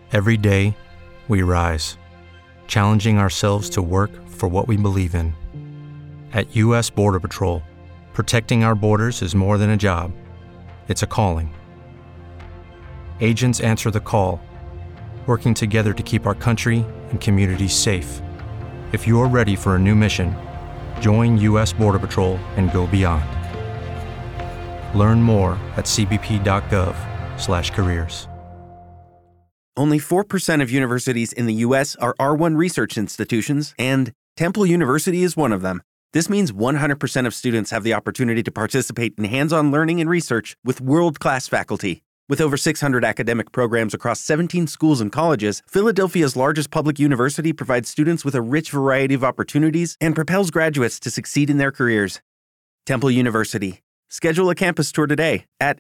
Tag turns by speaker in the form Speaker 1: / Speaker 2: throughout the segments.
Speaker 1: Every day, we rise, challenging ourselves to work for what we believe in. At U.S. Border Patrol, protecting our borders is more than a job. It's a calling. Agents answer the call, working together to keep our country and communities safe. If you're ready for a new mission, join U.S. Border Patrol and go beyond. Learn more at cbp.gov/careers.
Speaker 2: Only 4% of universities in the U.S. are R1 research institutions, and Temple University is one of them. This means 100% of students have the opportunity to participate in hands-on learning and research with world-class faculty. With over 600 academic programs across 17 schools and colleges, Philadelphia's largest public university provides students with a rich variety of opportunities and propels graduates to succeed in their careers. Temple University. Schedule a campus tour today at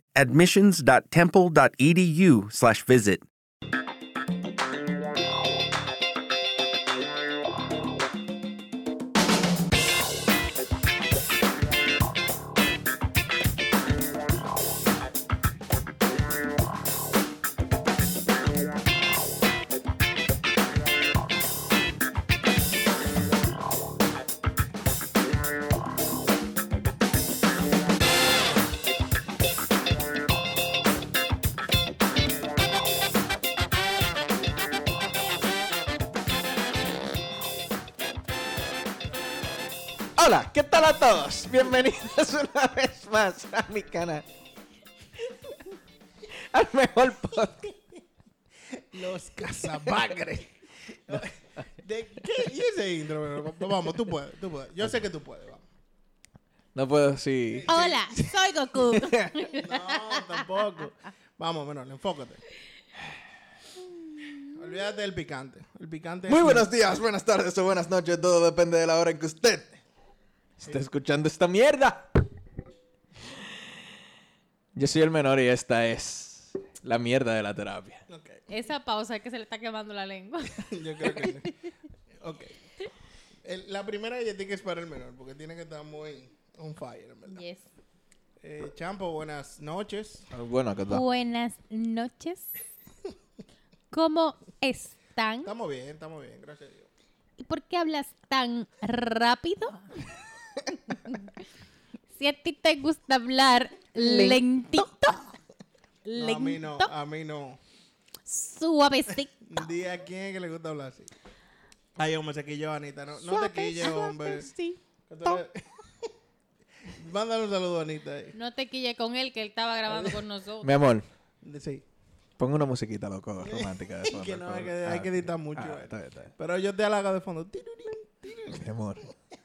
Speaker 2: admissions.temple.edu/visit.
Speaker 3: Hola, ¿qué tal a todos? Bienvenidos una vez más a mi canal. Al mejor podcast.
Speaker 4: Los cazabagres. ¿De qué? ¿Y ese intro? Vamos, tú puedes. Yo sé que tú puedes, vamos.
Speaker 3: No puedo decir.
Speaker 5: Hola, soy Goku.
Speaker 4: No, tampoco. Vamos, menor, enfócate. Olvídate del picante. El picante
Speaker 3: Muy
Speaker 4: es...
Speaker 3: buenos días, buenas tardes o buenas noches. Todo depende de la hora en que usted esté escuchando esta mierda. Yo soy el menor y esta es la mierda de la terapia.
Speaker 4: Okay.
Speaker 5: Esa pausa es que se le está quemando la lengua.
Speaker 4: Yo creo que sí. Ok. La primera galletita es para el menor, porque tiene que estar muy on fire, en verdad.
Speaker 5: Yes.
Speaker 4: Champo, buenas noches.
Speaker 3: Bueno, ¿qué tal?
Speaker 5: Buenas noches. ¿Cómo están?
Speaker 4: Estamos bien, gracias a Dios.
Speaker 5: ¿Y por qué hablas tan rápido? Si a ti te gusta hablar lentito,
Speaker 4: No, a mí no.
Speaker 5: suavecito.
Speaker 4: Día a quién es que le gusta hablar así. Ay, hombre, se quilló Anita. No te quilles, hombre.
Speaker 5: Sí.
Speaker 4: Mándale un saludo a Anita ahí.
Speaker 5: No te quille con él, que él estaba grabando con nosotros.
Speaker 3: Mi amor,
Speaker 4: Sí.
Speaker 3: pon una musiquita, loco, romántica de fondo.
Speaker 4: Que no,
Speaker 3: por favor.
Speaker 4: hay que editar mucho.
Speaker 3: Está bien.
Speaker 4: Pero yo te halago de fondo.
Speaker 3: Mi amor,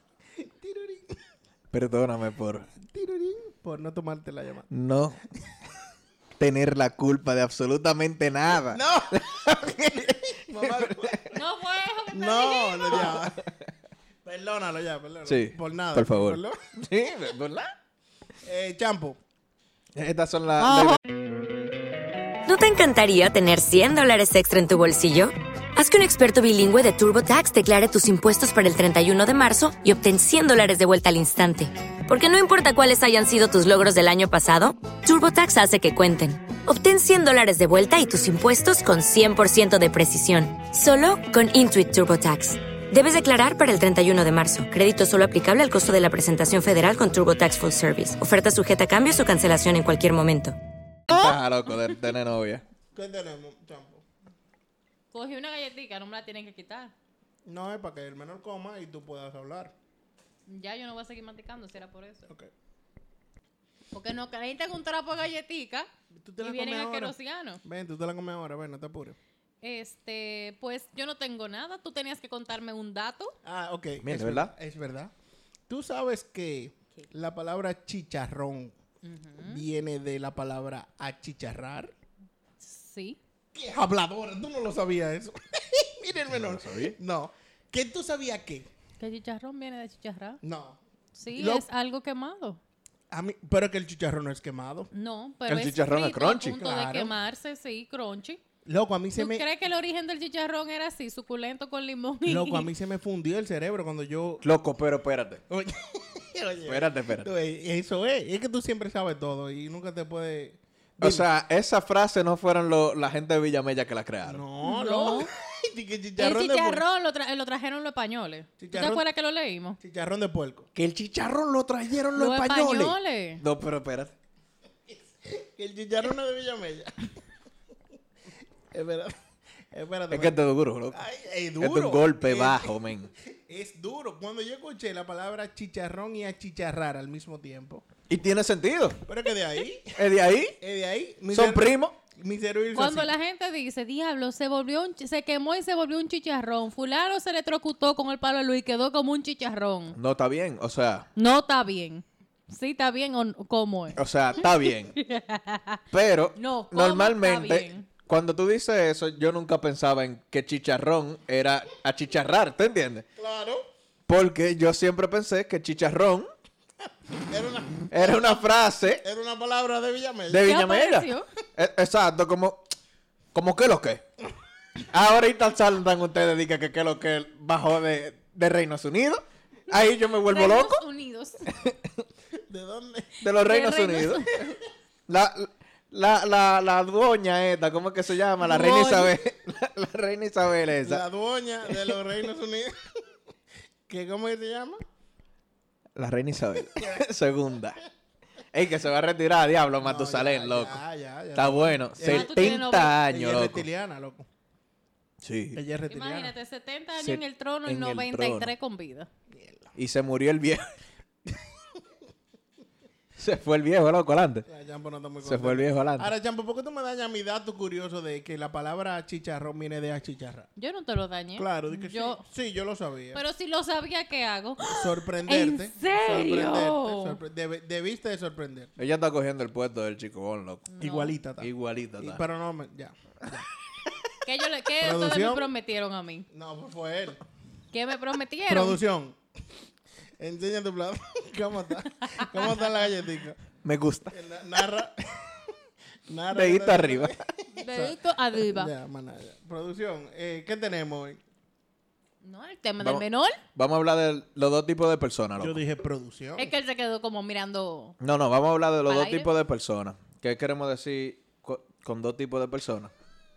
Speaker 3: perdóname por
Speaker 4: Por no tomarte la llamada.
Speaker 3: no tener la culpa de absolutamente nada.
Speaker 4: ¡No! Mamá,
Speaker 5: No fue eso que te
Speaker 4: no,
Speaker 5: dijimos.
Speaker 4: ya. Perdónalo ya.
Speaker 3: Sí,
Speaker 4: Por nada.
Speaker 3: por favor.
Speaker 4: Perdón.
Speaker 3: Sí, ¿verdad?
Speaker 4: Champo.
Speaker 3: Estas son las...
Speaker 6: ¿No te encantaría tener $100 extra en tu bolsillo? Haz que un experto bilingüe de TurboTax declare tus impuestos para el 31 de marzo y obtén $100 de vuelta al instante. Porque no importa cuáles hayan sido tus logros del año pasado, TurboTax hace que cuenten. Obtén $100 de vuelta y tus impuestos con 100% de precisión. Solo con Intuit TurboTax. Debes declarar para el 31 de marzo. Crédito solo aplicable al costo de la presentación federal con TurboTax Full Service. Oferta sujeta a cambios o cancelación en cualquier momento.
Speaker 3: loco, de tener novia.
Speaker 4: ¿Qué tenemos, Champo?
Speaker 5: Cogí una galletita, no me la tienen que quitar.
Speaker 4: No, es para que el menor coma y tú puedas hablar.
Speaker 5: Ya yo no voy a seguir masticando, si era por eso.
Speaker 4: Ok.
Speaker 5: Porque no necesitan un trapo de galletica
Speaker 4: ¿Tú te
Speaker 5: y
Speaker 4: la
Speaker 5: vienen
Speaker 4: comes ahora?
Speaker 5: asquerosianos.
Speaker 4: Ven, tú te la comes ahora. Ven, no te apures.
Speaker 5: Pues yo no tengo nada. Tú tenías que contarme un dato.
Speaker 4: Ah, ok.
Speaker 3: Mira,
Speaker 4: es
Speaker 3: ¿verdad?
Speaker 4: Es verdad. Tú sabes que la palabra chicharrón viene de la palabra achicharrar.
Speaker 5: Sí.
Speaker 4: ¡Qué habladora! Tú no lo sabías eso. Mira el menor.
Speaker 3: lo sabía.
Speaker 4: No. ¿Qué tú sabías qué?
Speaker 5: ¿Que chicharrón viene de chicharrar?
Speaker 4: No.
Speaker 5: Sí,
Speaker 4: Lo-
Speaker 5: es algo quemado.
Speaker 4: A mí, pero que el chicharrón no es quemado.
Speaker 5: No, pero
Speaker 3: El
Speaker 5: es
Speaker 3: chicharrón es
Speaker 5: frito a
Speaker 3: crunchy.
Speaker 5: punto
Speaker 4: Claro.
Speaker 5: de quemarse, sí, crunchy.
Speaker 4: Loco, a mí se
Speaker 5: ¿Tú
Speaker 4: me...
Speaker 5: crees que el origen del chicharrón era así, suculento con limón? y-
Speaker 4: Loco, a mí se me fundió el cerebro cuando yo...
Speaker 3: Loco, pero espérate.
Speaker 4: Oye,
Speaker 3: Espérate.
Speaker 4: Eso es que tú siempre sabes todo y nunca te puedes
Speaker 3: O sea, esa frase no fueron la gente de Villamella que la crearon.
Speaker 4: No. Di que
Speaker 5: El
Speaker 4: chicharrón de puerco.
Speaker 5: chicharrón lo trajeron los españoles. ¿Tú te
Speaker 4: Chicharrón-
Speaker 5: acuerdas que lo leímos?
Speaker 4: Chicharrón de puerco. Que el chicharrón lo trajeron los
Speaker 5: Los
Speaker 4: españoles.
Speaker 5: españoles.
Speaker 3: No, pero espérate.
Speaker 4: Que el chicharrón no es de Villamella. Espérate. Espérate.
Speaker 3: Es que esto es duro, loco.
Speaker 4: Ay, es
Speaker 3: Esto es
Speaker 4: duro.
Speaker 3: un golpe
Speaker 4: Es-
Speaker 3: bajo, men.
Speaker 4: Es duro. Cuando yo escuché la palabra chicharrón y achicharrar al mismo tiempo.
Speaker 3: Y tiene sentido.
Speaker 4: Pero que de ahí.
Speaker 3: ¿Es de ahí?
Speaker 4: Es de ahí.
Speaker 3: Son primos.
Speaker 4: Mi cerebro hizo
Speaker 5: Cuando
Speaker 4: así.
Speaker 5: la gente dice, diablo, se quemó y se volvió un chicharrón. Fulano se electrocutó con el palo de luz y quedó como un chicharrón.
Speaker 3: No está bien. O sea,
Speaker 5: No está bien. Sí está bien o cómo es.
Speaker 3: está bien. Pero
Speaker 5: No, ¿cómo
Speaker 3: normalmente,
Speaker 5: está bien?
Speaker 3: cuando tú dices eso, yo nunca pensaba en que chicharrón era achicharrar, ¿te entiendes?
Speaker 4: Claro.
Speaker 3: Porque yo siempre pensé que chicharrón
Speaker 4: Era una,
Speaker 3: era una frase
Speaker 4: era una palabra de Villamella.
Speaker 3: de
Speaker 5: ¿Qué
Speaker 3: Villamella.
Speaker 5: apareció?
Speaker 3: Exacto, como qué lo que. Ahorita saltan ustedes y que lo que bajó de Reinos Unidos. Ahí yo me vuelvo
Speaker 5: Reinos
Speaker 3: loco.
Speaker 5: Unidos.
Speaker 4: ¿De dónde?
Speaker 3: De los Reinos
Speaker 5: Reinos
Speaker 3: Unidos. La dueña esta, ¿cómo es que se llama? La reina
Speaker 5: Dueña.
Speaker 3: Isabel. La reina Isabel esa.
Speaker 4: La dueña de los Reinos Unidos. ¿Cómo es que se llama?
Speaker 3: La reina Isabel. Segunda. Ey, que se va a retirar, diablo, Matusalén,
Speaker 4: No,
Speaker 3: loco.
Speaker 4: Ya.
Speaker 3: Está bueno.
Speaker 5: tú tienes
Speaker 3: 70 años,
Speaker 4: Ella es
Speaker 3: loco.
Speaker 4: reptiliana, loco.
Speaker 3: Sí.
Speaker 4: Ella es reptiliana.
Speaker 5: Imagínate, 70 años
Speaker 3: Se-
Speaker 5: en el trono y
Speaker 3: en el
Speaker 5: 93
Speaker 3: trono.
Speaker 5: con vida.
Speaker 3: Y se murió el viejo. Se fue el viejo, loco, adelante.
Speaker 4: La Champo no está muy
Speaker 3: Se fue el viejo adelante.
Speaker 4: Ahora, Champo, ¿por qué tú me dañas mi dato curioso de que la palabra chicharrón viene de achicharrar?
Speaker 5: Yo no te lo dañé.
Speaker 4: Claro, di que
Speaker 5: Yo-
Speaker 4: sí, yo lo sabía.
Speaker 5: Pero si lo sabía, ¿qué hago?
Speaker 4: Sorprenderte.
Speaker 5: ¿En serio?
Speaker 4: Debiste de sorprender.
Speaker 3: Ella está cogiendo el puesto del chico bon, loco.
Speaker 4: Igualita está.
Speaker 3: Igualita
Speaker 4: Y-
Speaker 3: está.
Speaker 4: pero no, ya.
Speaker 5: ¿Qué ustedes me
Speaker 4: ¿Producción?
Speaker 5: prometieron a mí?
Speaker 4: No, pues fue él.
Speaker 5: ¿Qué me prometieron?
Speaker 4: Producción. Enseña tu plato. ¿Cómo está? ¿Cómo está la galletita?
Speaker 3: Me gusta.
Speaker 4: Narra. Narra.
Speaker 3: Dedito arriba.
Speaker 5: Dedito arriba.
Speaker 4: Ya, maná, ya. Producción, ¿qué tenemos hoy?
Speaker 5: No, el tema
Speaker 3: Vamos.
Speaker 5: del menor.
Speaker 3: Vamos a hablar de los dos tipos de personas, loco.
Speaker 4: Yo dije producción.
Speaker 5: Es que él se quedó como mirando.
Speaker 3: No, vamos a hablar de los
Speaker 5: ¿Al
Speaker 3: dos
Speaker 5: aire?
Speaker 3: tipos de personas. ¿Qué queremos decir con dos tipos de personas?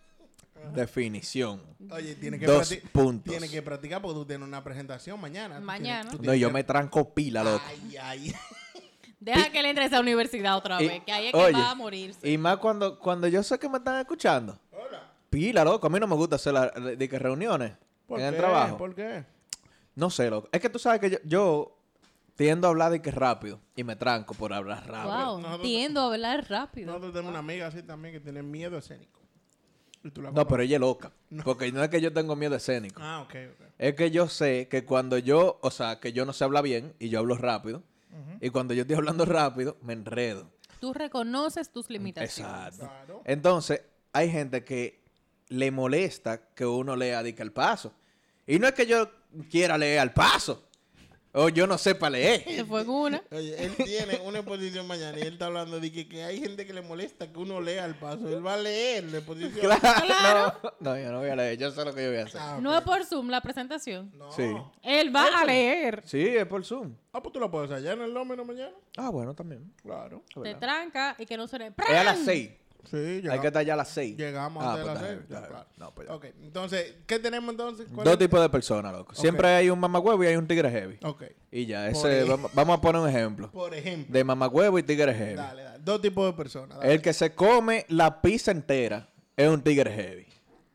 Speaker 3: Definición.
Speaker 4: Oye, tiene que
Speaker 3: Dos
Speaker 4: practi-
Speaker 3: puntos.
Speaker 4: Tiene que practicar porque tú tienes una presentación mañana. Tú
Speaker 5: Mañana.
Speaker 4: tú
Speaker 3: No,
Speaker 4: tienes
Speaker 3: yo
Speaker 4: que-
Speaker 3: me tranco pila, loco.
Speaker 4: Ay.
Speaker 5: Deja que él entre a esa universidad otra
Speaker 3: Y-
Speaker 5: vez, que ahí es que
Speaker 3: oye,
Speaker 5: va a morirse.
Speaker 3: Y más cuando yo sé que me están escuchando. Pila, loco. A mí no me gusta hacer de que reuniones
Speaker 4: ¿Por
Speaker 3: en el
Speaker 4: qué?
Speaker 3: trabajo.
Speaker 4: ¿Por qué?
Speaker 3: No sé, loco. Es que tú sabes que yo tiendo a hablar de que rápido y me tranco por hablar rápido.
Speaker 5: Wow,
Speaker 4: No,
Speaker 5: tiendo a hablar rápido.
Speaker 4: Nosotros tenemos una amiga así también que tiene miedo escénico. Y tú la
Speaker 3: No,
Speaker 4: conoces.
Speaker 3: pero ella es loca. Porque no es que yo tengo miedo escénico.
Speaker 4: Ah, ok.
Speaker 3: Es que yo sé que cuando yo, o sea, que yo no sé hablar bien y yo hablo rápido. Y cuando yo estoy hablando rápido, me enredo.
Speaker 5: Tú reconoces tus limitaciones.
Speaker 3: Exacto.
Speaker 4: Claro.
Speaker 3: Entonces, hay gente que le molesta que uno lea de que al paso. Y no es que yo quiera leer al paso. O yo no sepa leer.
Speaker 5: Se fue en una.
Speaker 4: Oye, él tiene una exposición mañana y él está hablando de que hay gente que le molesta que uno lea al paso. Él va a leer la exposición.
Speaker 3: Claro. No, yo no voy a leer. Yo sé lo que yo voy a hacer.
Speaker 4: Ah,
Speaker 5: No es por Zoom la presentación.
Speaker 4: no.
Speaker 3: Sí.
Speaker 5: Él va a leer.
Speaker 3: Sí, es por Zoom.
Speaker 4: Ah, pues tú lo puedes hacer en el nómino mañana.
Speaker 3: Ah, bueno, también.
Speaker 4: Claro.
Speaker 5: Te tranca y que no se le.
Speaker 3: Es a las 6.
Speaker 4: Sí,
Speaker 3: Hay que estar ya a las 6.
Speaker 4: Llegamos
Speaker 3: Ah,
Speaker 4: antes de
Speaker 3: pues
Speaker 4: las
Speaker 3: está
Speaker 4: 6.
Speaker 3: bien, está bien. No, pues ya.
Speaker 4: Ok, entonces, ¿qué tenemos entonces? ¿Cuál
Speaker 3: Dos
Speaker 4: es?
Speaker 3: tipos de personas, loco. Siempre hay un mamagüevo y hay un tigre heavy.
Speaker 4: Ok.
Speaker 3: Y ya,
Speaker 4: Por
Speaker 3: ese,
Speaker 4: ahí.
Speaker 3: vamos a poner un ejemplo.
Speaker 4: Por ejemplo.
Speaker 3: De mamagüevo y tigre heavy.
Speaker 4: Dale. Dos tipos de personas. Dale.
Speaker 3: El que se come la pizza entera es un tigre heavy.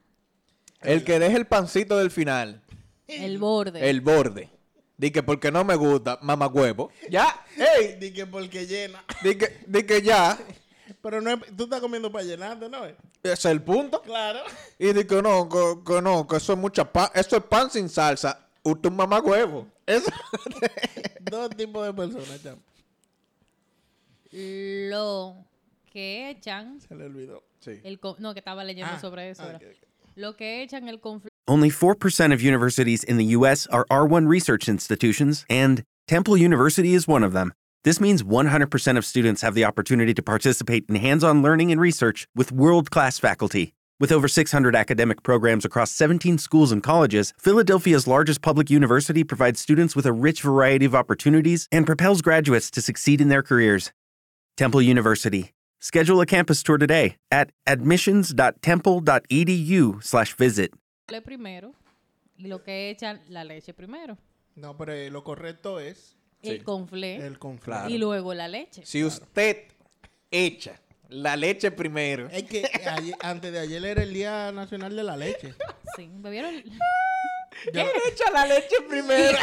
Speaker 3: El que deja el pancito del final,
Speaker 5: El borde.
Speaker 3: el borde. Di que porque no me gusta, mamagüevo. Ya, ey.
Speaker 4: Di que porque llena.
Speaker 3: Di que ya,
Speaker 4: Pero no es, tú estás comiendo para llenarte, ¿no?
Speaker 3: ese es el punto.
Speaker 4: Claro.
Speaker 3: Y di que no, que eso es mucha pan. Eso es pan sin salsa. Usted es un mamagüevo. Eso.
Speaker 4: Dos tipos de personas, champ.
Speaker 5: Lo que echan.
Speaker 4: Se le olvidó.
Speaker 3: Sí.
Speaker 5: No, que estaba leyendo
Speaker 4: Ah,
Speaker 5: sobre eso.
Speaker 4: ah,
Speaker 5: era.
Speaker 4: ok, ok.
Speaker 5: Lo que echan el conflicto.
Speaker 2: Only 4% of universities in the U.S. are R1 research institutions, and Temple University is one of them. This means 100% of students have the opportunity to participate in hands-on learning and research with world-class faculty. With over 600 academic programs across 17 schools and colleges, Philadelphia's largest public university provides students with a rich variety of opportunities and propels graduates to succeed in their careers. Temple University. Schedule a campus tour today at admissions.temple.edu/visit.
Speaker 5: Primero y lo que echan la leche primero.
Speaker 4: No, pero lo correcto es
Speaker 5: El conflé
Speaker 4: el conflicto.
Speaker 3: Claro.
Speaker 5: y luego la leche.
Speaker 3: Si usted echa la leche primero.
Speaker 4: Es que antes de ayer era el Día Nacional de la Leche.
Speaker 5: Sí, bebieron.
Speaker 3: ¿Quién echa la leche primero?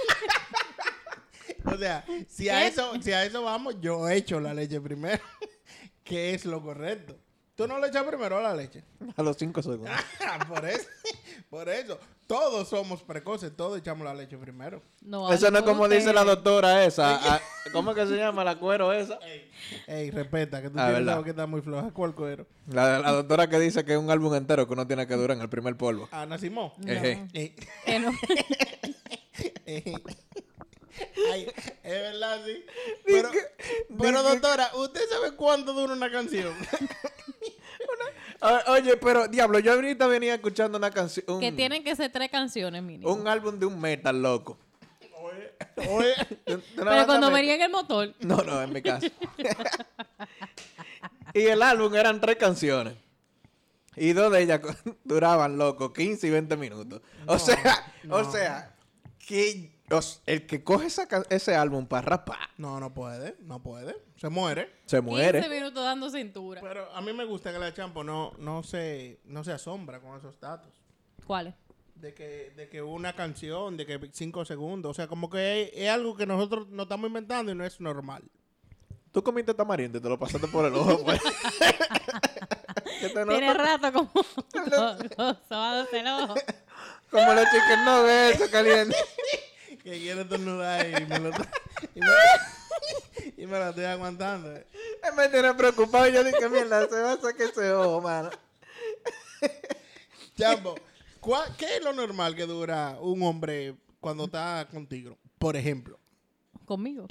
Speaker 4: O sea, si a eso vamos, yo echo la leche primero. Que es lo correcto. ¿Tú no le echas primero la leche?
Speaker 3: A los 5 segundos.
Speaker 4: Por eso. Todos somos precoces, todos echamos la leche primero.
Speaker 5: No,
Speaker 3: Eso no es como
Speaker 5: ustedes.
Speaker 3: dice la doctora esa. ¿Cómo es que se llama la cuero esa?
Speaker 4: Ey, respeta, que tú
Speaker 3: Ah,
Speaker 4: tienes
Speaker 3: ¿verdad?
Speaker 4: la boquita muy floja. ¿Cuál cuero?
Speaker 3: La doctora que dice que es un álbum entero que uno tiene que durar en el primer polvo.
Speaker 4: Ana Simón.
Speaker 5: No.
Speaker 3: Ejé.
Speaker 5: Que no.
Speaker 4: Ay, es verdad, sí. Pero doctora, ¿usted sabe cuánto dura una canción?
Speaker 3: Oye, pero diablo, yo ahorita venía escuchando una canción.
Speaker 5: Que tienen que ser 3 canciones mínimo.
Speaker 3: Un álbum de un metal loco.
Speaker 4: Oye,
Speaker 3: De una
Speaker 5: Pero
Speaker 3: banda
Speaker 5: cuando
Speaker 3: metal.
Speaker 5: venía en el motor.
Speaker 3: No, en mi casa. Y el álbum eran 3 canciones. Y 2 de ellas duraban, loco, 15 y 20 minutos. O sea, que el que coge ese álbum para rapar
Speaker 4: no puede. Se muere.
Speaker 3: se
Speaker 5: 15
Speaker 3: muere.
Speaker 5: minutos dando cintura.
Speaker 4: Pero a mí me gusta que la Champo no se asombra con esos datos.
Speaker 5: ¿Cuáles?
Speaker 4: De que una canción, de que 5 segundos. O sea, como que es algo que nosotros nos estamos inventando y no es normal.
Speaker 3: Tú comiste tamarindo y te lo pasaste por el ojo, pues. ¿Qué te
Speaker 5: Tiene
Speaker 3: notas?
Speaker 5: rato como sobándose el ojo.
Speaker 3: Como los chicken nuggets, eso caliente.
Speaker 4: Que quiere estornudar y me lo estoy aguantando.
Speaker 3: Me tiene preocupado y yo dije, mierda, se va a sacar ese ojo, mano.
Speaker 4: Champo, ¿qué es lo normal que dura un hombre cuando está contigo? Por ejemplo.
Speaker 5: Conmigo.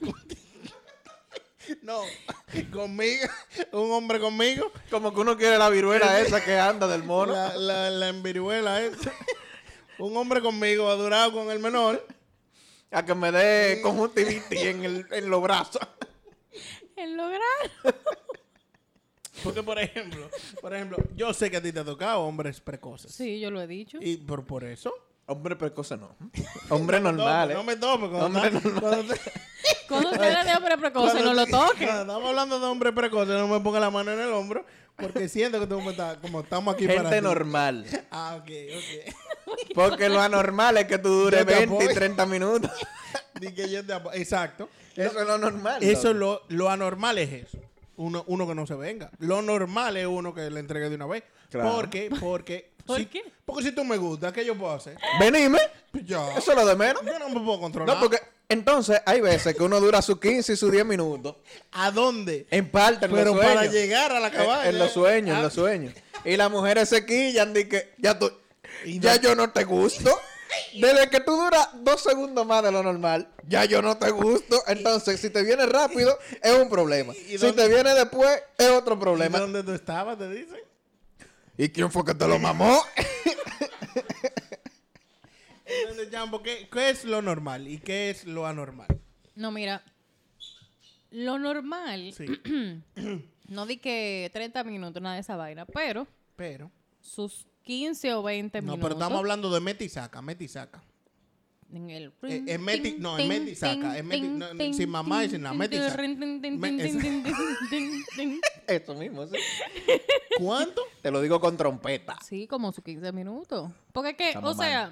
Speaker 4: No, conmigo, un hombre conmigo,
Speaker 3: Como que uno quiere la viruela esa que anda del mono.
Speaker 4: la enviruela esa. Un hombre conmigo ha durado con el menor.
Speaker 3: A que me dé conjuntivitis en los brazos.
Speaker 5: El lograr.
Speaker 4: Porque, por ejemplo, yo sé que a ti te ha tocado hombres precoces.
Speaker 5: Sí, yo lo he dicho.
Speaker 4: Y por eso.
Speaker 3: Hombre precoce no. Hombre normal,
Speaker 4: No me tomes.
Speaker 3: Hombre normal.
Speaker 5: Cuando usted era de hombre precoce, no lo toque.
Speaker 4: Cuando estamos hablando de hombres precoces, no me ponga la mano en el hombro. Porque siento que tú me estás, como estamos aquí para
Speaker 3: Gente
Speaker 4: ti.
Speaker 3: normal.
Speaker 4: Ah, ok.
Speaker 3: Porque lo anormal es que tú dures
Speaker 4: Yo te
Speaker 3: 20 y
Speaker 4: apoyo.
Speaker 3: 30 minutos.
Speaker 4: Di que yo te Exacto.
Speaker 3: Eso es lo normal.
Speaker 4: Eso es
Speaker 3: loco.
Speaker 4: lo anormal es eso. Uno que no se venga. Lo normal es uno que le entregue de una vez.
Speaker 3: Claro.
Speaker 4: Porque
Speaker 5: ¿Por qué?
Speaker 4: Porque si tú me gustas, ¿qué yo puedo hacer?
Speaker 3: Venime.
Speaker 4: Pues ya.
Speaker 3: Eso es lo de menos.
Speaker 4: Yo no me puedo controlar.
Speaker 3: No, porque entonces hay veces que uno dura sus 15 y sus 10 minutos.
Speaker 4: ¿A dónde?
Speaker 3: En parte, en
Speaker 4: Pero
Speaker 3: los sueños.
Speaker 4: para llegar a la cabaña.
Speaker 3: En los sueños, en los sueños. Y las mujeres se quillan de que ya yo no te gusto. Desde que tú duras 2 segundos más de lo normal, ya yo no te gusto. Entonces, si te viene rápido, es un problema.
Speaker 4: ¿Y
Speaker 3: Si
Speaker 4: dónde-
Speaker 3: te viene después, es otro
Speaker 4: ¿Y
Speaker 3: problema.
Speaker 4: dónde tú estabas, te dicen?
Speaker 3: ¿Y quién fue que te lo mamó?
Speaker 4: Entonces, Jambo, ¿qué es lo normal y qué es lo anormal?
Speaker 5: No, mira. Lo normal,
Speaker 4: Sí.
Speaker 5: no di que 30 minutos, nada de esa vaina, pero
Speaker 4: Pero.
Speaker 5: sus 15 o 20
Speaker 4: No,
Speaker 5: minutos.
Speaker 4: pero estamos hablando de meti y saca.
Speaker 5: En el...
Speaker 4: Es meti, no, es meti y saca. Es meti, no, sin mamá y sin nada. Meti y saca.
Speaker 3: Eso mismo, sí.
Speaker 4: ¿Cuánto?
Speaker 3: Te lo digo con trompeta.
Speaker 5: Sí, como sus 15 minutos. Porque es que,
Speaker 3: Estamos
Speaker 5: o sea,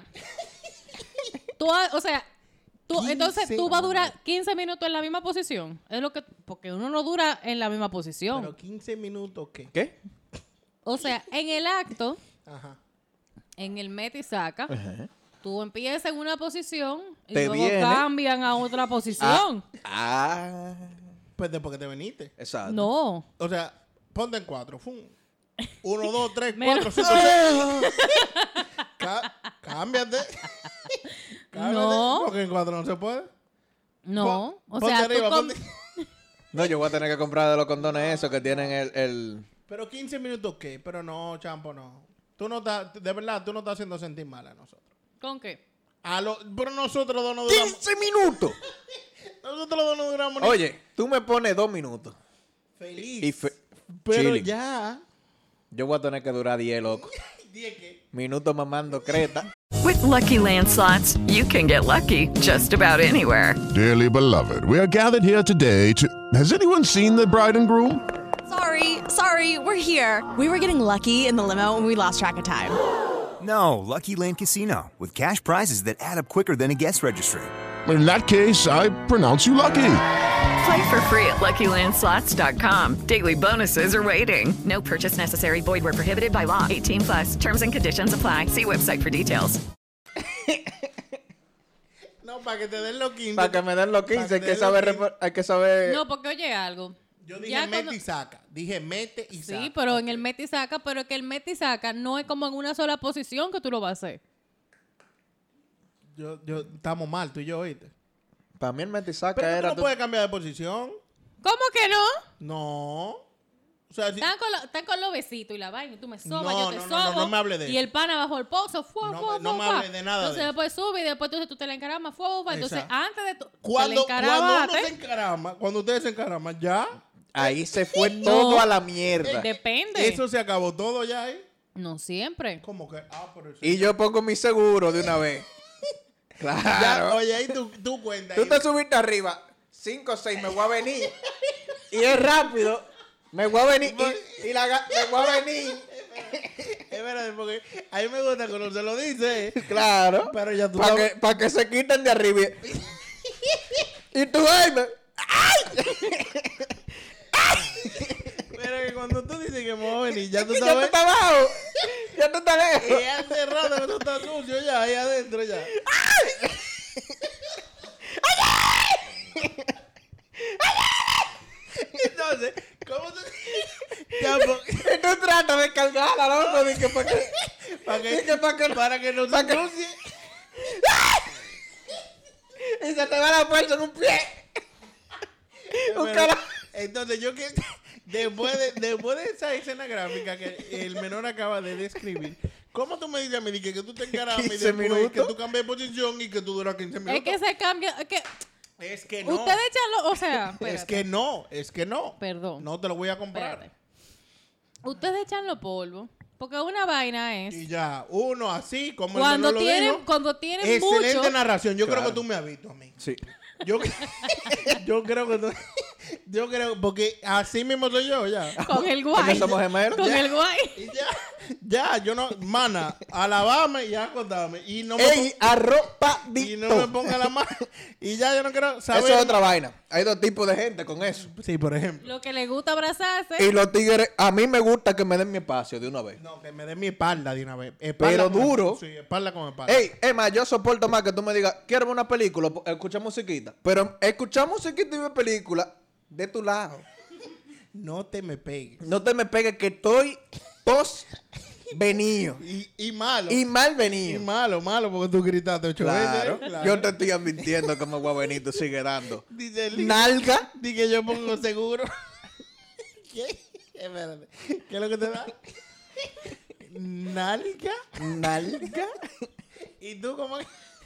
Speaker 5: entonces
Speaker 4: 15
Speaker 5: tú vas a durar 15 minutos en la misma posición. Es lo que, porque uno no dura en la misma posición.
Speaker 4: Pero 15 minutos, ¿qué?
Speaker 3: ¿Qué?
Speaker 5: O sea, en el acto,
Speaker 4: Ajá.
Speaker 5: en el mete y saca, tú empiezas en una posición y
Speaker 3: Te
Speaker 5: luego
Speaker 3: viene.
Speaker 5: cambian a otra posición.
Speaker 4: Pues después que te viniste.
Speaker 3: Exacto.
Speaker 5: No.
Speaker 4: O sea, ponte en 4. 1, 2, 3,
Speaker 5: Menos.
Speaker 4: 4, 5, 6. Cámbiate.
Speaker 5: No.
Speaker 4: Porque en 4 no se puede.
Speaker 5: No. O
Speaker 4: Ponte
Speaker 5: sea,
Speaker 4: arriba,
Speaker 5: tú
Speaker 4: ponte.
Speaker 3: No, yo voy a tener que comprar de los condones esos que tienen el...
Speaker 4: Pero 15 minutos, ¿qué? Pero no, Champo, no. Tú no estás, de verdad, tú no estás haciendo sentir mal a nosotros.
Speaker 5: ¿Con qué?
Speaker 4: Pero nosotros dos no duramos.
Speaker 3: ¡15 minutos!
Speaker 4: Nosotros dos no duramos ni.
Speaker 3: Oye, tú me pones 2 minutos.
Speaker 4: Feliz.
Speaker 3: Y
Speaker 4: pero
Speaker 3: chilling.
Speaker 4: ya.
Speaker 3: Yo voy a tener que durar 10, loco.
Speaker 4: Dije que.
Speaker 3: Minutos mamando creta.
Speaker 7: With Lucky Land Slots, you can get lucky just about anywhere.
Speaker 8: Dearly beloved, we are gathered here today to... Has anyone seen the bride and groom?
Speaker 9: Sorry, we're here. We were getting lucky in the limo and we lost track of time.
Speaker 10: No, Lucky Land Casino, with cash prizes that add up quicker than a guest registry.
Speaker 8: In that case, I pronounce you lucky.
Speaker 7: Play for free at LuckyLandSlots.com. Daily bonuses are waiting. No purchase necessary. Void where prohibited by law. 18+. Terms and conditions apply. See website for details.
Speaker 4: No, para que te den los 15.
Speaker 3: Para que me den los 15, hay que saber...
Speaker 5: No, porque oye algo.
Speaker 4: Yo dije
Speaker 5: Ya
Speaker 4: mete
Speaker 5: cuando-
Speaker 4: y saca. Dije mete y saca.
Speaker 5: Sí, pero en el mete y saca, pero es que el mete y saca no es como en una sola posición que tú lo vas a hacer.
Speaker 4: Yo estamos mal, tú y yo, ¿oíste?
Speaker 3: Para mí el metisaca
Speaker 4: Pero tú
Speaker 3: era...
Speaker 4: no puedes cambiar de posición.
Speaker 5: ¿Cómo que no?
Speaker 4: No. O sea, si...
Speaker 5: Están con los besitos y la vaina, y tú me sobas,
Speaker 4: No,
Speaker 5: yo te
Speaker 4: no,
Speaker 5: sobo.
Speaker 4: no me hable de
Speaker 5: y
Speaker 4: eso.
Speaker 5: el pana bajo el pozo,
Speaker 4: No me hable de nada
Speaker 5: Entonces
Speaker 4: de
Speaker 5: después sube y después tú te la encaramas, Entonces
Speaker 4: Exacto.
Speaker 5: antes de tú te la
Speaker 4: Cuando uno
Speaker 5: encaramaste,
Speaker 4: se encarama, cuando ustedes se encaraman, ya.
Speaker 3: Ahí se fue
Speaker 5: No.
Speaker 3: todo a la mierda.
Speaker 5: depende.
Speaker 4: Eso se acabó todo ya, ¿eh?
Speaker 5: No siempre.
Speaker 4: Como que, pero eso.
Speaker 3: Y yo pongo mi seguro de una vez.
Speaker 4: Ya,
Speaker 3: Claro.
Speaker 4: oye, ahí tú cuenta.
Speaker 3: Tú
Speaker 4: ahí.
Speaker 3: te subiste arriba, 5 o 6, me voy a venir. Y es rápido, me voy a venir. Me voy a venir.
Speaker 4: Espérate, porque a mí me gusta cuando se lo dice.
Speaker 3: Claro.
Speaker 4: Pero ya tú
Speaker 3: Para
Speaker 4: sabes-
Speaker 3: que se quiten de arriba. Y tú, ay,
Speaker 4: Pero que cuando tú dices que me voy a venir, ya tú
Speaker 3: ya tú
Speaker 4: sabes.
Speaker 3: estás abajo. Ya tú estás lejos.
Speaker 4: Y hace rato que tú estás sucio ya, ahí adentro ya. Entonces, ¿cómo tú...? Ya,
Speaker 3: Y tú tratas de cargarla, loco. Dije, ¿para qué?
Speaker 4: para que no se ensucie.
Speaker 3: Y se te va la fuerza en un pie. Un
Speaker 4: Pero,
Speaker 3: carajo.
Speaker 4: entonces yo que después de esa escena gráfica que el menor acaba de describir, ¿cómo tú me dices a mí que tú te encaramas y
Speaker 3: 15
Speaker 4: después
Speaker 3: minutos.
Speaker 4: que tú cambies de posición y que tú duras 15 minutos?
Speaker 5: Es que se cambia,
Speaker 4: Es que no.
Speaker 5: ustedes echan o sea,
Speaker 4: Es
Speaker 5: espérate.
Speaker 4: que no.
Speaker 5: Perdón.
Speaker 4: No te lo voy a comprar.
Speaker 5: Espérate. Ustedes echan los polvos, porque una vaina es
Speaker 4: Y ya, uno así, como
Speaker 5: cuando
Speaker 4: el menor lo
Speaker 5: tienen,
Speaker 4: dijo.
Speaker 5: cuando tienen
Speaker 4: Excelente
Speaker 5: mucho.
Speaker 4: narración. Yo creo
Speaker 3: Claro.
Speaker 4: que tú me has visto a mí.
Speaker 3: Sí.
Speaker 4: Yo creo que tú... Yo creo... Porque así mismo soy yo, ya.
Speaker 5: Con el guay.
Speaker 3: Porque somos gemelos.
Speaker 5: Con
Speaker 3: Ya.
Speaker 5: el guay.
Speaker 4: Y ya, yo no... Mana, alabame y acostame. Y no me,
Speaker 3: Ey, arropadito.
Speaker 4: y no me ponga la mano. Y ya yo no quiero saber...
Speaker 3: Eso es otra vaina. Hay dos tipos de gente con eso.
Speaker 4: Sí, por ejemplo.
Speaker 5: Lo que le gusta abrazarse.
Speaker 3: Y los tigres, a mí me gusta que me den mi espacio de una vez.
Speaker 4: No, que me dé mi espalda de una vez.
Speaker 3: Pero duro.
Speaker 4: Sí, espalda con espalda.
Speaker 3: Ey, Emma, yo soporto más que tú me digas, quiero ver una película, escucha musiquita. Pero escuchar musiquita y ver película de tu lado.
Speaker 4: No te me pegues.
Speaker 3: No te me pegues que estoy venido.
Speaker 4: Y malo.
Speaker 3: Y mal
Speaker 4: Y
Speaker 3: venido.
Speaker 4: malo, porque tú gritaste 8
Speaker 3: Claro.
Speaker 4: veces. Claro.
Speaker 3: Yo te estoy advirtiendo que me voy a venir, tú sigues dando.
Speaker 4: Dice el
Speaker 3: Nalga.
Speaker 4: Di que yo pongo seguro. ¿Qué? Espérate. ¿Qué es lo que te da? Nalga.
Speaker 3: Nalga.
Speaker 4: ¿Y tú cómo?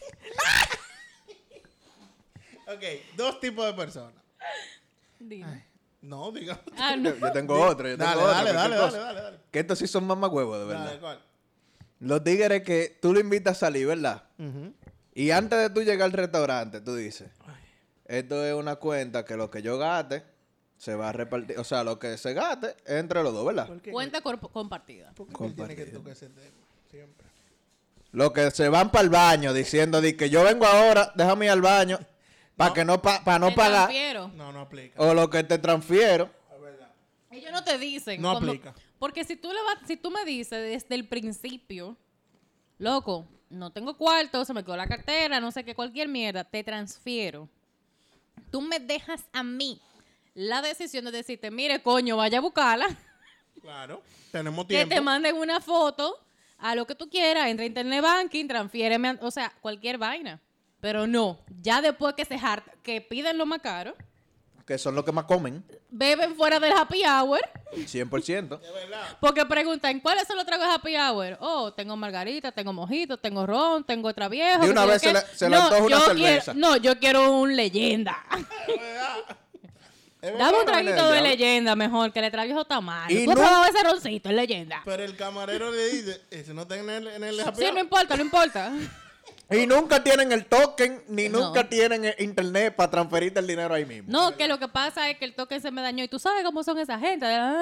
Speaker 4: Ok, dos tipos de personas.
Speaker 5: Dime.
Speaker 4: No, digamos.
Speaker 5: Ah, no.
Speaker 3: Yo tengo otro. Yo tengo
Speaker 4: Dale,
Speaker 3: otro,
Speaker 4: dale,
Speaker 3: cualquier cosa.
Speaker 4: dale.
Speaker 3: Que estos sí son mamagüevos, de verdad.
Speaker 4: Dale, ¿cuál?
Speaker 3: Los tigres que tú lo invitas a salir, ¿verdad? Y antes de tú llegar al restaurante, tú dices, esto es una cuenta que lo que yo gaste se va a repartir. O sea, lo que se gaste es entre los dos, ¿verdad?
Speaker 5: Cuenta compartida.
Speaker 4: ¿Por qué tiene que tocar ese tema? Siempre.
Speaker 3: Los que se van para el baño diciendo de que yo vengo ahora, déjame ir al baño para que no, para no
Speaker 5: Te
Speaker 3: pagar.
Speaker 5: transfiero.
Speaker 4: No aplica.
Speaker 3: O lo que te transfiero.
Speaker 4: Es verdad.
Speaker 5: Ellos no te dicen.
Speaker 4: No aplica.
Speaker 5: Porque si tú me dices desde el principio, loco, no tengo cuarto, se me quedó la cartera, no sé qué, cualquier mierda, te transfiero. Tú me dejas a mí la decisión de decirte, mire, coño, vaya a buscarla,
Speaker 4: Claro. Tenemos
Speaker 5: que
Speaker 4: tiempo.
Speaker 5: te manden una foto a lo que tú quieras, entra a internet banking, transfiéreme, o sea, cualquier vaina. Pero no, ya después que se harta, que piden lo más caro,
Speaker 3: Que son los que más comen.
Speaker 5: beben fuera del happy hour.
Speaker 3: 100%.
Speaker 5: Porque preguntan, ¿cuáles son los tragos de happy hour? Oh, tengo margarita, tengo mojito, tengo ron, tengo otra vieja.
Speaker 3: De una vez se le antoja una cerveza.
Speaker 5: Yo quiero un leyenda. Dame un traguito de leyenda mejor, que le trae viejo tamaño.
Speaker 3: Y
Speaker 5: Tú has probado ese roncito en leyenda.
Speaker 4: Pero el camarero le dice, ese no está en el happy
Speaker 5: Sí,
Speaker 4: hour.
Speaker 5: no importa.
Speaker 3: Y nunca tienen el token, ni
Speaker 5: No.
Speaker 3: nunca tienen el internet para transferirte el dinero ahí mismo.
Speaker 5: No, que lo que pasa es que el token se me dañó. Y tú sabes cómo son esa gente.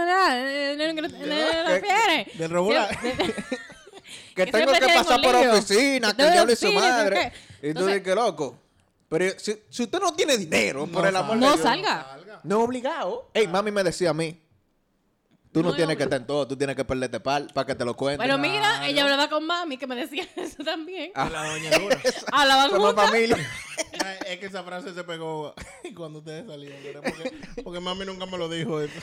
Speaker 4: Del regular.
Speaker 3: Que
Speaker 5: que
Speaker 3: tengo
Speaker 5: siempre
Speaker 3: que
Speaker 5: tienen
Speaker 3: pasar
Speaker 5: un
Speaker 3: por
Speaker 5: lío.
Speaker 3: oficina, que
Speaker 5: Que
Speaker 3: el
Speaker 5: tengo
Speaker 3: diablo y su
Speaker 5: oficina,
Speaker 3: madre.
Speaker 5: ¿qué?
Speaker 3: Y tú
Speaker 5: Entonces-
Speaker 3: dices, loco. Pero si usted no tiene dinero, por el amor de
Speaker 5: No
Speaker 3: Dios.
Speaker 5: salga.
Speaker 3: No es obligado. Ey, mami me decía a mí. Tú no
Speaker 5: No es
Speaker 3: tienes que
Speaker 5: obligado.
Speaker 3: estar en todo, tú tienes que perderte para que te lo cuenten.
Speaker 5: Pero mira, ella hablaba con mami que me decía eso también.
Speaker 4: La doña Dura.
Speaker 5: Hablaban
Speaker 3: Somos
Speaker 5: juntas.
Speaker 3: familia.
Speaker 4: Ay, es que esa frase se pegó cuando ustedes salieron. ¿Verdad? Porque mami nunca me lo dijo eso.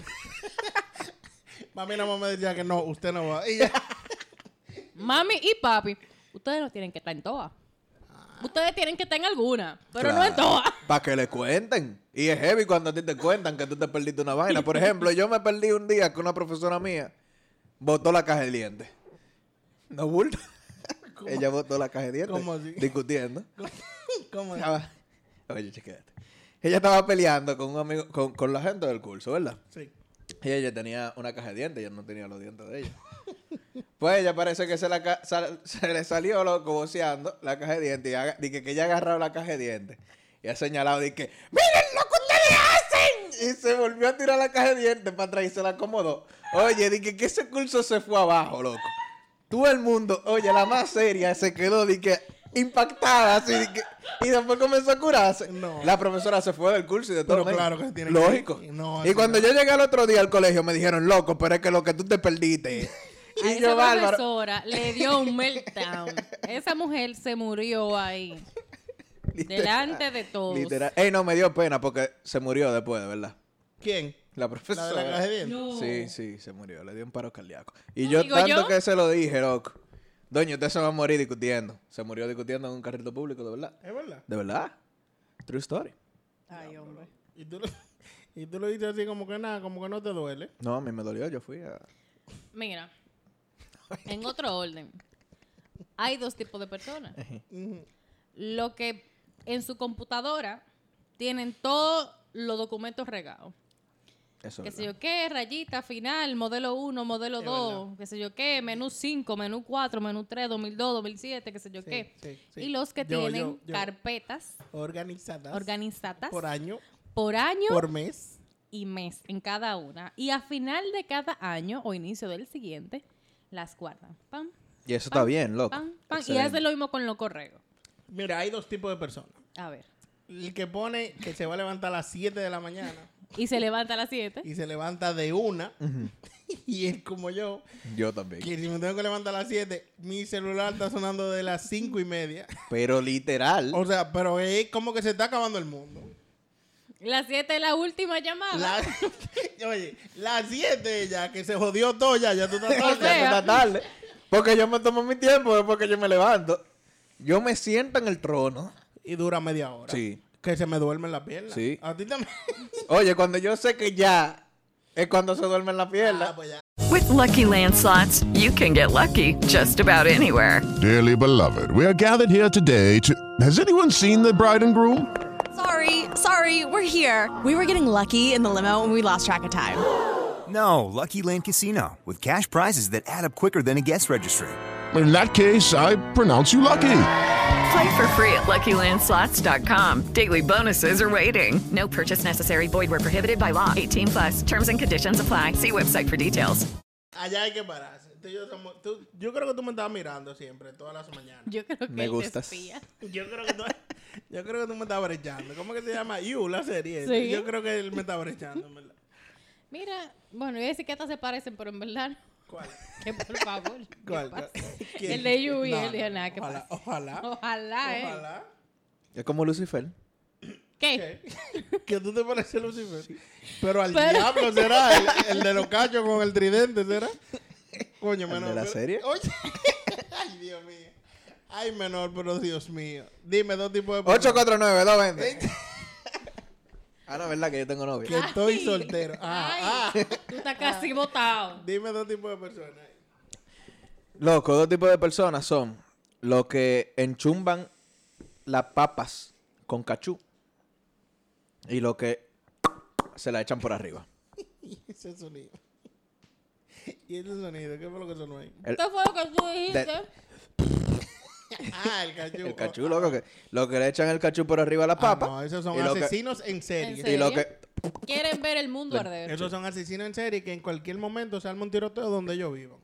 Speaker 4: Mami nada más me decía que no, usted no va. Y ya.
Speaker 5: Mami y papi, ustedes no tienen que estar en todas. Ustedes tienen que estar en alguna, pero no en todas.
Speaker 3: Para que le cuenten. Y es heavy cuando a ti te cuentan que tú te perdiste una vaina. Por ejemplo, yo me perdí un día que una profesora mía botó la caja de dientes. No bulto. Ella botó la caja de dientes.
Speaker 4: ¿Cómo así?
Speaker 3: Discutiendo.
Speaker 4: ¿Cómo es?
Speaker 3: Oye, chequete. Ella estaba peleando con un amigo, con la gente del curso, ¿verdad?
Speaker 4: Sí.
Speaker 3: Y ella tenía una caja de dientes, ella no tenía los dientes de ella. Pues ella parece que se le salió loco voceando la caja de dientes. Y que ella agarraba la caja de dientes. Y ha señalado, que ¡miren lo que ustedes hacen! Y se volvió a tirar la caja de dientes para atrás y se la acomodó. Oye, dije que ese curso se fue abajo, loco. Todo el mundo, oye, la más seria se quedó, impactada, así, y después comenzó a curarse.
Speaker 4: No.
Speaker 3: La profesora se fue del curso y de todo.
Speaker 4: Pero claro que se tiene que
Speaker 3: lógico.
Speaker 4: ir. No,
Speaker 3: y
Speaker 4: así
Speaker 3: cuando
Speaker 4: no.
Speaker 3: yo llegué al otro día al colegio me dijeron, loco, pero es que lo que tú te perdiste.
Speaker 5: A
Speaker 3: Y
Speaker 5: esa
Speaker 3: yo, bárbaro.
Speaker 5: profesora le dio un meltdown. Esa mujer se murió ahí. Delante de todos.
Speaker 3: Literal. Ey, no, me dio pena porque se murió después, de verdad.
Speaker 4: ¿Quién?
Speaker 3: La profesora.
Speaker 4: ¿La de la caja de dientes?
Speaker 5: No.
Speaker 3: Sí, se murió. Le dio un paro cardíaco. Y yo
Speaker 5: digo
Speaker 3: tanto
Speaker 5: yo.
Speaker 3: que se lo dije, loco. Doña, usted se va a morir discutiendo. Se murió discutiendo en un carrito público, de verdad.
Speaker 4: ¿Es verdad?
Speaker 3: De verdad. True story.
Speaker 5: Ay, hombre.
Speaker 4: Y tú lo dices así como que nada, como que no te duele.
Speaker 3: No, a mí me dolió. Yo fui a...
Speaker 5: Mira, en otro orden, hay dos tipos de personas. Lo que en su computadora tienen todos los documentos regados.
Speaker 3: Eso
Speaker 5: Qué
Speaker 3: es
Speaker 5: sé
Speaker 3: verdad.
Speaker 5: yo qué, rayita final, modelo 1, modelo
Speaker 4: Es
Speaker 5: 2,
Speaker 4: verdad.
Speaker 5: qué sé yo qué, menú 5, menú 4, menú 3, 2002, 2007, qué sé yo qué.
Speaker 4: sí, sí.
Speaker 5: Y los que
Speaker 4: Yo,
Speaker 5: tienen
Speaker 4: yo.
Speaker 5: carpetas
Speaker 4: Organizadas.
Speaker 5: organizadas
Speaker 4: Por año,
Speaker 5: por año
Speaker 4: por mes.
Speaker 5: y mes en cada una. Y a final de cada año o inicio del siguiente, las guardan. Pam,
Speaker 3: Y eso está
Speaker 5: pam,
Speaker 3: bien, loco.
Speaker 5: pam, pam. Y
Speaker 3: Excelente.
Speaker 5: hacen lo mismo con los correos.
Speaker 4: Mira, hay dos tipos de personas.
Speaker 5: A ver.
Speaker 4: El que pone que se va a levantar a las 7 de la mañana
Speaker 5: Y se levanta a las 7.
Speaker 4: y se levanta de 1. Y él como yo,
Speaker 3: Yo también.
Speaker 4: que si me tengo que levantar a las 7, mi celular está sonando de las 5:30.
Speaker 3: Pero literal.
Speaker 4: O sea, pero es como que se está acabando el mundo.
Speaker 5: Las 7 es la última llamada.
Speaker 4: Oye, las 7 ya, que se jodió todo ya tú estás
Speaker 5: O
Speaker 4: tarde.
Speaker 5: sea,
Speaker 3: Ya está tarde. Porque yo me tomo mi tiempo después que yo me levanto. Yo me siento en el trono.
Speaker 4: Y dura media hora.
Speaker 3: Sí.
Speaker 4: Que se me duerme en la pierna.
Speaker 3: Sí.
Speaker 4: A ti también.
Speaker 3: Oye, cuando yo sé que ya es cuando se duerme en la pierna.
Speaker 4: Ah, pues ya.
Speaker 7: With Lucky Land Slots, you can get lucky just about anywhere.
Speaker 8: Dearly beloved, we are gathered here today to. Has anyone seen the bride and groom?
Speaker 9: Sorry, we're here. We were getting lucky in the limo and we lost track of time.
Speaker 10: No, Lucky Land Casino, with cash prizes that add up quicker than a guest registry.
Speaker 8: In that case, I pronounce you lucky.
Speaker 7: Play for free at LuckyLandSlots.com. Daily bonuses are waiting. No purchase necessary. Void where prohibited by law. 18+. Terms and conditions apply. See website for details.
Speaker 4: Allá hay que pararse. Yo creo que tú me estabas mirando siempre, todas las mañanas.
Speaker 5: Yo creo que
Speaker 3: Me
Speaker 5: él te
Speaker 3: gustas.
Speaker 5: espía.
Speaker 4: Yo creo que tú me estabas brechando. ¿Cómo que se llama? You, la serie.
Speaker 5: Sí.
Speaker 4: Yo creo que él me estaba brechando, en verdad.
Speaker 5: Mira, bueno, iba a decir que estas se parecen, pero en verdad no.
Speaker 4: ¿Cuál?
Speaker 5: Que por favor. ¿qué
Speaker 4: ¿Cuál?
Speaker 5: pasa?
Speaker 4: ¿Quién?
Speaker 5: El de Yu y
Speaker 4: No,
Speaker 5: él dije nada, que
Speaker 4: ojalá,
Speaker 5: pasa.
Speaker 4: ojalá.
Speaker 5: Ojalá.
Speaker 3: Es como Lucifer.
Speaker 5: ¿Qué?
Speaker 4: Que tú te pareces a Lucifer. Pero al
Speaker 5: Pero-
Speaker 4: diablo será el de los cachos con el tridente, ¿será? Coño,
Speaker 3: ¿El
Speaker 4: menor.
Speaker 3: de la
Speaker 4: pero-
Speaker 3: serie?
Speaker 4: Oye. Ay, Dios mío. Ay, menor, pero Dios mío. Dime dos tipos de personas.
Speaker 3: 849-220. Ah, no, verdad que yo tengo novia.
Speaker 4: Que estoy soltero.
Speaker 5: Ay, tú estás casi botado.
Speaker 4: Dime dos tipos de personas.
Speaker 3: Loco, dos tipos de personas son los que enchumban las papas con cachú y los que se la echan por arriba.
Speaker 4: Y ese sonido. ¿Y ese sonido? ¿Qué fue lo que sonó ahí?
Speaker 5: ¿Qué fue lo que tú dijiste?
Speaker 4: El cachú.
Speaker 3: El cachú, loco, lo que le echan el cachú por arriba a la papa.
Speaker 4: No, esos son
Speaker 3: y lo que-
Speaker 4: asesinos en serie.
Speaker 5: ¿En serio?
Speaker 3: Y lo que...
Speaker 5: Quieren ver el mundo arder.
Speaker 4: Esos son asesinos en serie que en cualquier momento se arma un tiroteo donde yo vivo.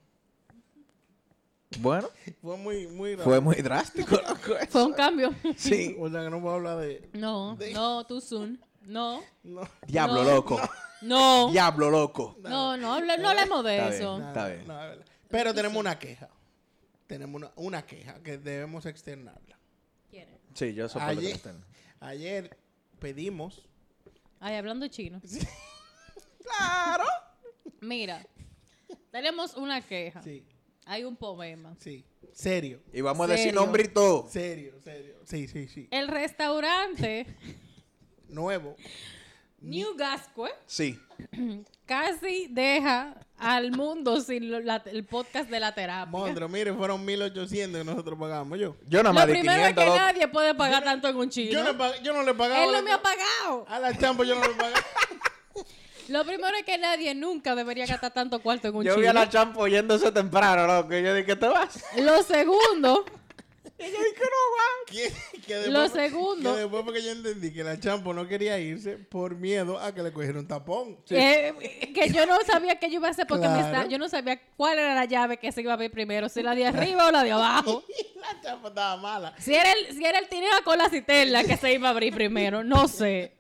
Speaker 3: Bueno,
Speaker 4: Fue muy raro.
Speaker 3: fue muy drástico, loco.
Speaker 5: Fue un cambio.
Speaker 3: Sí.
Speaker 4: O sea que no puedo hablar de...
Speaker 5: No, too soon. No,
Speaker 4: No.
Speaker 3: Diablo,
Speaker 5: No.
Speaker 3: loco.
Speaker 5: no.
Speaker 3: Diablo, loco.
Speaker 5: No hablemos de
Speaker 3: Está
Speaker 5: eso.
Speaker 3: bien. Está bien.
Speaker 4: No, es verdad. Pero tenemos una queja. Tenemos una queja que debemos externarla.
Speaker 5: ¿Quieren?
Speaker 3: Sí, yo soporto que estén.
Speaker 4: Ayer pedimos...
Speaker 5: Ay, hablando chino.
Speaker 3: ¡Claro!
Speaker 5: Mira, tenemos una queja.
Speaker 4: Sí,
Speaker 5: Hay un poema.
Speaker 4: sí. Serio.
Speaker 3: Y vamos a decir
Speaker 5: ¿Serio?
Speaker 3: nombre y todo.
Speaker 4: Serio. Sí.
Speaker 5: El restaurante
Speaker 4: Nuevo.
Speaker 5: New Gascue
Speaker 3: Sí.
Speaker 5: casi deja al mundo sin el podcast de la terapia.
Speaker 4: Mondro, mire, fueron 1,800 que nosotros pagamos. Yo
Speaker 3: Yo nada
Speaker 5: Lo
Speaker 3: más di
Speaker 5: primero
Speaker 3: 500,
Speaker 5: es que
Speaker 3: loco.
Speaker 5: nadie puede pagar tanto en un chino.
Speaker 4: yo no le pagaba.
Speaker 5: Él no me ha pagado.
Speaker 4: A la champa yo no le pagaba.
Speaker 5: Lo primero es que nadie nunca debería gastar tanto cuarto en un
Speaker 3: Yo
Speaker 5: chino.
Speaker 3: vi a la champo yéndose temprano, loco. Y yo dije, ¿qué te vas?
Speaker 5: Lo segundo,
Speaker 3: Y yo dije, no,
Speaker 4: Que después-
Speaker 5: Lo segundo-
Speaker 4: Que después porque yo entendí que la champo no quería irse por miedo a que le cogiera un tapón.
Speaker 5: que yo no sabía qué yo iba a hacer porque
Speaker 4: Claro.
Speaker 5: yo no sabía cuál era la llave que se iba a ver primero, si la de arriba o la de abajo.
Speaker 4: La champa estaba mala.
Speaker 5: Si era el tineo con la cisterna que se iba a abrir primero, no sé.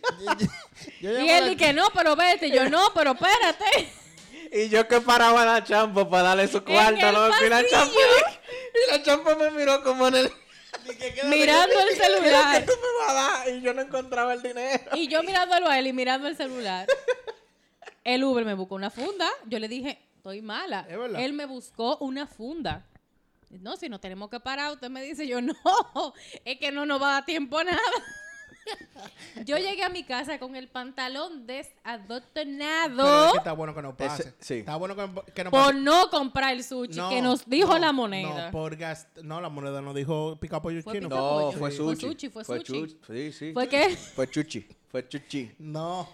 Speaker 4: Yo
Speaker 5: Y
Speaker 4: llamé a
Speaker 5: él
Speaker 4: la-
Speaker 5: dije, no, pero vete. Y yo, no, pero espérate.
Speaker 3: Y yo que paraba a la champo para darle su cuarto,
Speaker 5: el
Speaker 3: loco. Y la
Speaker 5: pasillo.
Speaker 3: champo, y la champo me miró como en el...
Speaker 4: Dije, quédate-
Speaker 5: Mirando el
Speaker 3: ¿Qué
Speaker 5: celular.
Speaker 3: tú me vas a dar? Y yo no encontraba el dinero.
Speaker 5: Y yo mirándolo a él y mirando el celular. El Uber me buscó una funda. Yo le dije, estoy mala.
Speaker 4: Es verdad.
Speaker 5: Él me buscó una funda. No, si no tenemos que parar, usted me dice, yo no, es que no nos va a dar tiempo a nada. Yo llegué a mi casa con el pantalón
Speaker 4: Pero
Speaker 5: desabotonado
Speaker 4: es que está bueno que no pase.
Speaker 3: Ese- sí.
Speaker 4: Está bueno que no
Speaker 5: por
Speaker 4: pase.
Speaker 5: no comprar el sushi
Speaker 4: No,
Speaker 5: que nos dijo
Speaker 4: no,
Speaker 5: la moneda.
Speaker 4: No, no, la moneda no dijo pica pollo
Speaker 5: Fue
Speaker 4: chino.
Speaker 5: pica
Speaker 3: No,
Speaker 5: pollo.
Speaker 3: fue
Speaker 5: Fue
Speaker 3: sushi.
Speaker 5: sushi, fue sushi.
Speaker 3: Sí, sí.
Speaker 5: ¿Fue qué?
Speaker 3: Fue chuchi. Fue chuchi.
Speaker 4: No.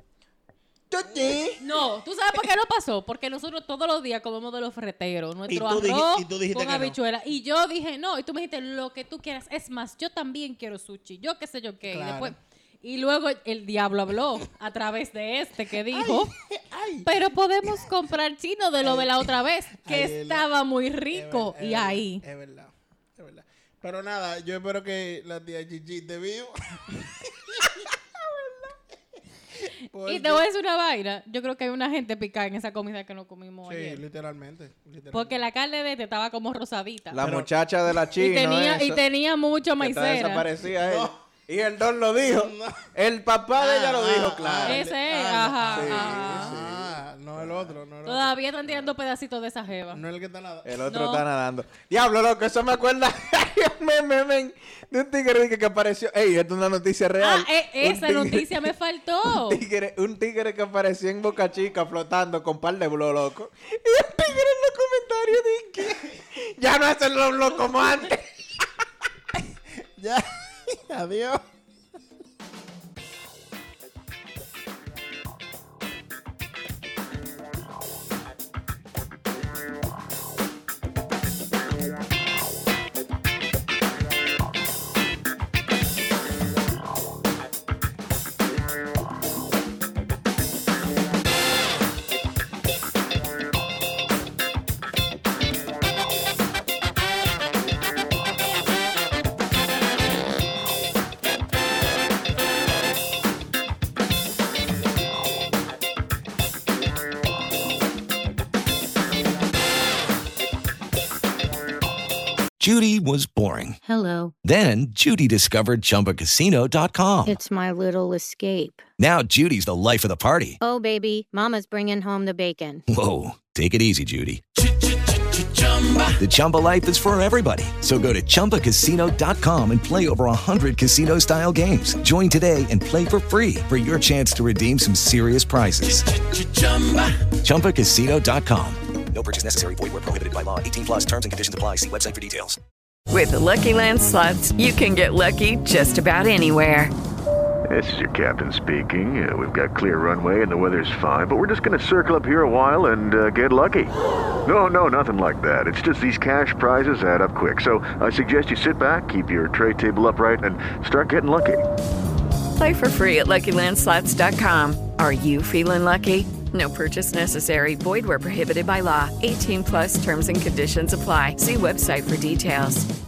Speaker 3: Chuchi.
Speaker 5: No, ¿tú sabes por qué no pasó? Porque nosotros todos los días comemos de los ferreteros, nuestro
Speaker 4: tú
Speaker 5: arroz
Speaker 4: y tú dijiste
Speaker 5: con
Speaker 4: que no.
Speaker 5: habichuela. Y yo dije, no, y tú me dijiste, lo que tú quieras. Es más, yo también quiero sushi. Yo qué sé yo qué.
Speaker 4: Claro.
Speaker 5: Y luego el diablo habló a través de que dijo,
Speaker 4: Ay.
Speaker 5: pero podemos comprar chino de lo de la otra vez, que
Speaker 4: Ay, es verdad.
Speaker 5: estaba muy rico.
Speaker 4: Es
Speaker 5: Y
Speaker 4: verdad,
Speaker 5: ahí.
Speaker 4: Es verdad. Es verdad. Pero nada, yo espero que la tía Gigi te vio.
Speaker 5: Y te voy a decir una vaina. Yo creo que hay una gente picada en esa comida que no comimos
Speaker 4: Sí,
Speaker 5: ayer.
Speaker 4: literalmente.
Speaker 5: Porque la carne de estaba como rosadita.
Speaker 3: La muchacha de la
Speaker 5: y,
Speaker 3: China.
Speaker 5: tenía mucho
Speaker 3: Que está
Speaker 5: maicera.
Speaker 3: desaparecida ella. Y el don lo dijo. El papá de ella lo dijo, claro.
Speaker 5: Ese es, ajá,
Speaker 3: Sí,
Speaker 5: ajá.
Speaker 4: No el otro, no el otro.
Speaker 5: Todavía están tirando pedacitos de esa jeva.
Speaker 4: No es el que está nada.
Speaker 3: El otro
Speaker 5: No.
Speaker 3: está nadando. Diablo, loco, eso me acuerda de un tigre que apareció. Ey, esto es una noticia real.
Speaker 5: Esa noticia me faltó.
Speaker 3: Un tigre que apareció en Boca Chica flotando con par de blo, loco. Y el tigre en los comentarios dice que ya no hacen los blo como antes.
Speaker 4: Ya. Adiós.
Speaker 11: Judy was boring.
Speaker 12: Hello.
Speaker 11: Then Judy discovered ChumbaCasino.com.
Speaker 12: It's my little escape.
Speaker 11: Now Judy's the life of the party.
Speaker 12: Oh, baby, mama's bringing home the bacon.
Speaker 11: Whoa, take it easy, Judy. The Chumba life is for everybody. So go to ChumbaCasino.com and play over 100 casino-style games. Join today and play for free for your chance to redeem some serious prizes. ChumbaCasino.com. No purchase necessary. Void where prohibited by law. 18 plus terms and conditions apply. See website for details.
Speaker 7: With the Lucky Land Slots, you can get lucky just about anywhere.
Speaker 13: This is your captain speaking. We've got clear runway and the weather's fine, but we're just going to circle up here a while and get lucky. No, nothing like that. It's just these cash prizes add up quick. So I suggest you sit back, keep your tray table upright, and start getting lucky.
Speaker 7: Play for free at LuckyLandSlots.com. Are you feeling lucky? No purchase necessary. Void where prohibited by law. 18+ terms and conditions apply. See website for details.